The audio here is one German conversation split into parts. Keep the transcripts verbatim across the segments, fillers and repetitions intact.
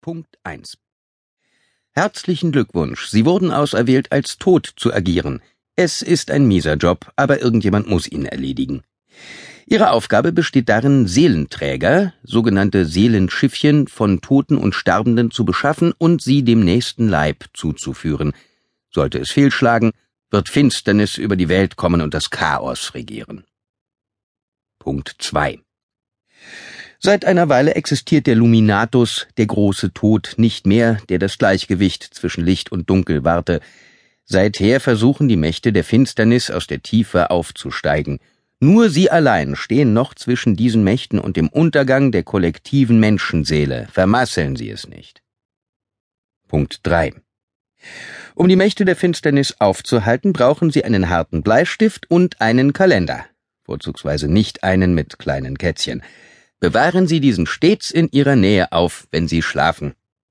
Punkt eins. Herzlichen Glückwunsch, Sie wurden auserwählt, als tot zu agieren. Es ist ein mieser Job, aber irgendjemand muss ihn erledigen. Ihre Aufgabe besteht darin, Seelenträger, sogenannte Seelenschiffchen, von Toten und Sterbenden zu beschaffen und sie dem nächsten Leib zuzuführen. Sollte es fehlschlagen, wird Finsternis über die Welt kommen und das Chaos regieren. Punkt zwei. Seit einer Weile existiert der Luminatus, der große Tod, nicht mehr, der das Gleichgewicht zwischen Licht und Dunkel wahrte. Seither versuchen die Mächte der Finsternis aus der Tiefe aufzusteigen. Nur sie allein stehen noch zwischen diesen Mächten und dem Untergang der kollektiven Menschenseele. Vermasseln Sie es nicht. Punkt drei. Um die Mächte der Finsternis aufzuhalten, brauchen Sie einen harten Bleistift und einen Kalender. Vorzugsweise nicht einen mit kleinen Kätzchen. Bewahren Sie diesen stets in Ihrer Nähe auf, wenn Sie schlafen.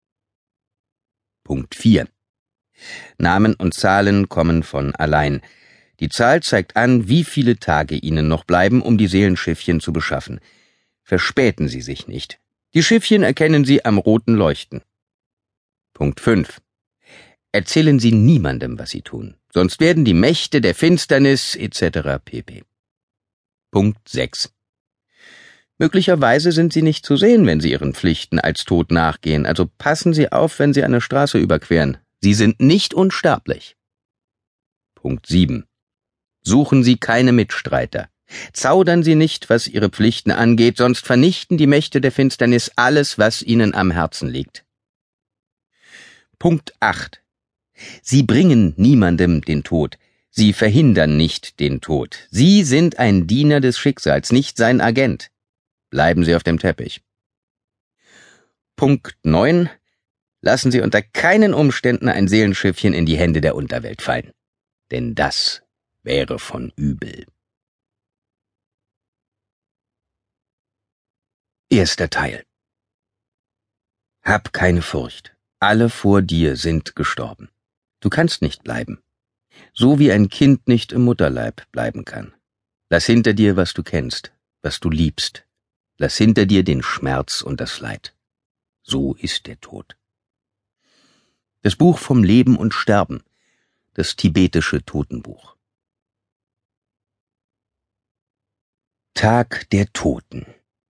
Punkt vier. Namen und Zahlen kommen von allein. Die Zahl zeigt an, wie viele Tage Ihnen noch bleiben, um die Seelenschiffchen zu beschaffen. Verspäten Sie sich nicht. Die Schiffchen erkennen Sie am roten Leuchten. Punkt fünf. Erzählen Sie niemandem, was Sie tun, sonst werden die Mächte der Finsternis et cetera pp. Punkt sechs. Möglicherweise sind Sie nicht zu sehen, wenn Sie Ihren Pflichten als tot nachgehen, also passen Sie auf, wenn Sie eine Straße überqueren. Sie sind nicht unsterblich. Punkt sieben. Suchen Sie keine Mitstreiter. Zaudern Sie nicht, was Ihre Pflichten angeht, sonst vernichten die Mächte der Finsternis alles, was Ihnen am Herzen liegt. Punkt acht. Sie bringen niemandem den Tod. Sie verhindern nicht den Tod. Sie sind ein Diener des Schicksals, nicht sein Agent. Bleiben Sie auf dem Teppich. Punkt neun. Lassen Sie unter keinen Umständen ein Seelenschiffchen in die Hände der Unterwelt fallen. Denn das wäre von übel. Erster Teil. Hab keine Furcht. Alle vor dir sind gestorben. Du kannst nicht bleiben. So wie ein Kind nicht im Mutterleib bleiben kann. Lass hinter dir, was du kennst, was du liebst. Lass hinter dir den Schmerz und das Leid. So ist der Tod. Das Buch vom Leben und Sterben. Das tibetische Totenbuch. Tag der Toten.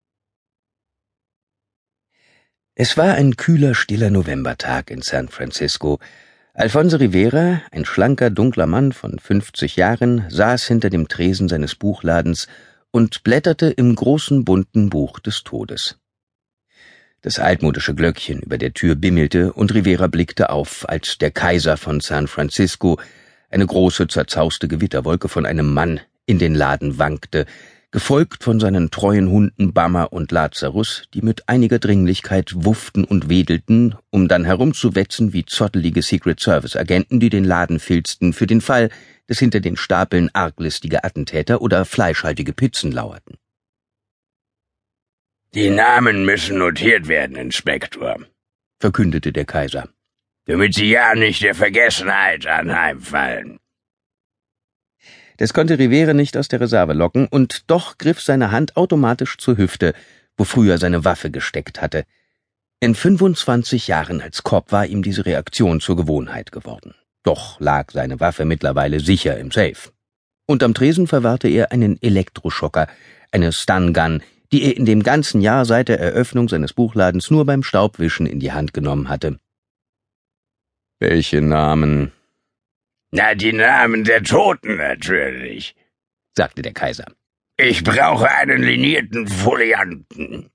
Es war ein kühler, stiller Novembertag in San Francisco. Alfonso Rivera, ein schlanker, dunkler Mann von fünfzig Jahren, saß hinter dem Tresen seines Buchladens und blätterte im großen, bunten Buch des Todes. Das altmodische Glöckchen über der Tür bimmelte und Rivera blickte auf, als der Kaiser von San Francisco, eine große, zerzauste Gewitterwolke von einem Mann, in den Laden wankte, gefolgt von seinen treuen Hunden Bammer und Lazarus, die mit einiger Dringlichkeit wufften und wedelten, um dann herumzuwetzen wie zottelige Secret-Service-Agenten, die den Laden filzten, für den Fall, dass hinter den Stapeln arglistige Attentäter oder fleischhaltige Pizzen lauerten. »Die Namen müssen notiert werden, Inspektor«, verkündete der Kaiser, »damit sie ja nicht der Vergessenheit anheimfallen.« Das konnte Rivera nicht aus der Reserve locken, und doch griff seine Hand automatisch zur Hüfte, wo früher seine Waffe gesteckt hatte. In fünfundzwanzig Jahren als Cop war ihm diese Reaktion zur Gewohnheit geworden. Doch lag seine Waffe mittlerweile sicher im Safe. Unterm Tresen verwahrte er einen Elektroschocker, eine Stun-Gun, die er in dem ganzen Jahr seit der Eröffnung seines Buchladens nur beim Staubwischen in die Hand genommen hatte. »Welche Namen?« »Na, die Namen der Toten natürlich«, sagte der Kaiser. »Ich brauche einen linierten Folianten.«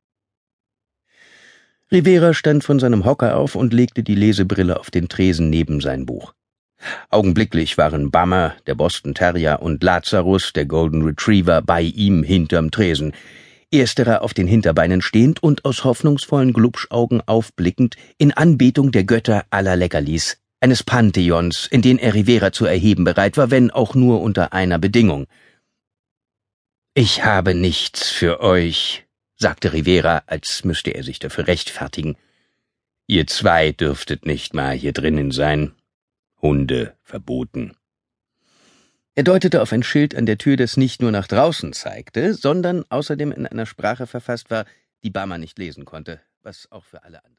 Rivera stand von seinem Hocker auf und legte die Lesebrille auf den Tresen neben sein Buch. Augenblicklich waren Bammer, der Boston Terrier, und Lazarus, der Golden Retriever, bei ihm hinterm Tresen, ersterer auf den Hinterbeinen stehend und aus hoffnungsvollen Glubschaugen aufblickend in Anbetung der Götter aller Leckerlis, eines Pantheons, in den er Rivera zu erheben bereit war, wenn auch nur unter einer Bedingung. »Ich habe nichts für euch«, sagte Rivera, als müsste er sich dafür rechtfertigen. »Ihr zwei dürftet nicht mal hier drinnen sein. Hunde verboten.« Er deutete auf ein Schild an der Tür, das nicht nur nach draußen zeigte, sondern außerdem in einer Sprache verfasst war, die Bammer nicht lesen konnte, was auch für alle anderen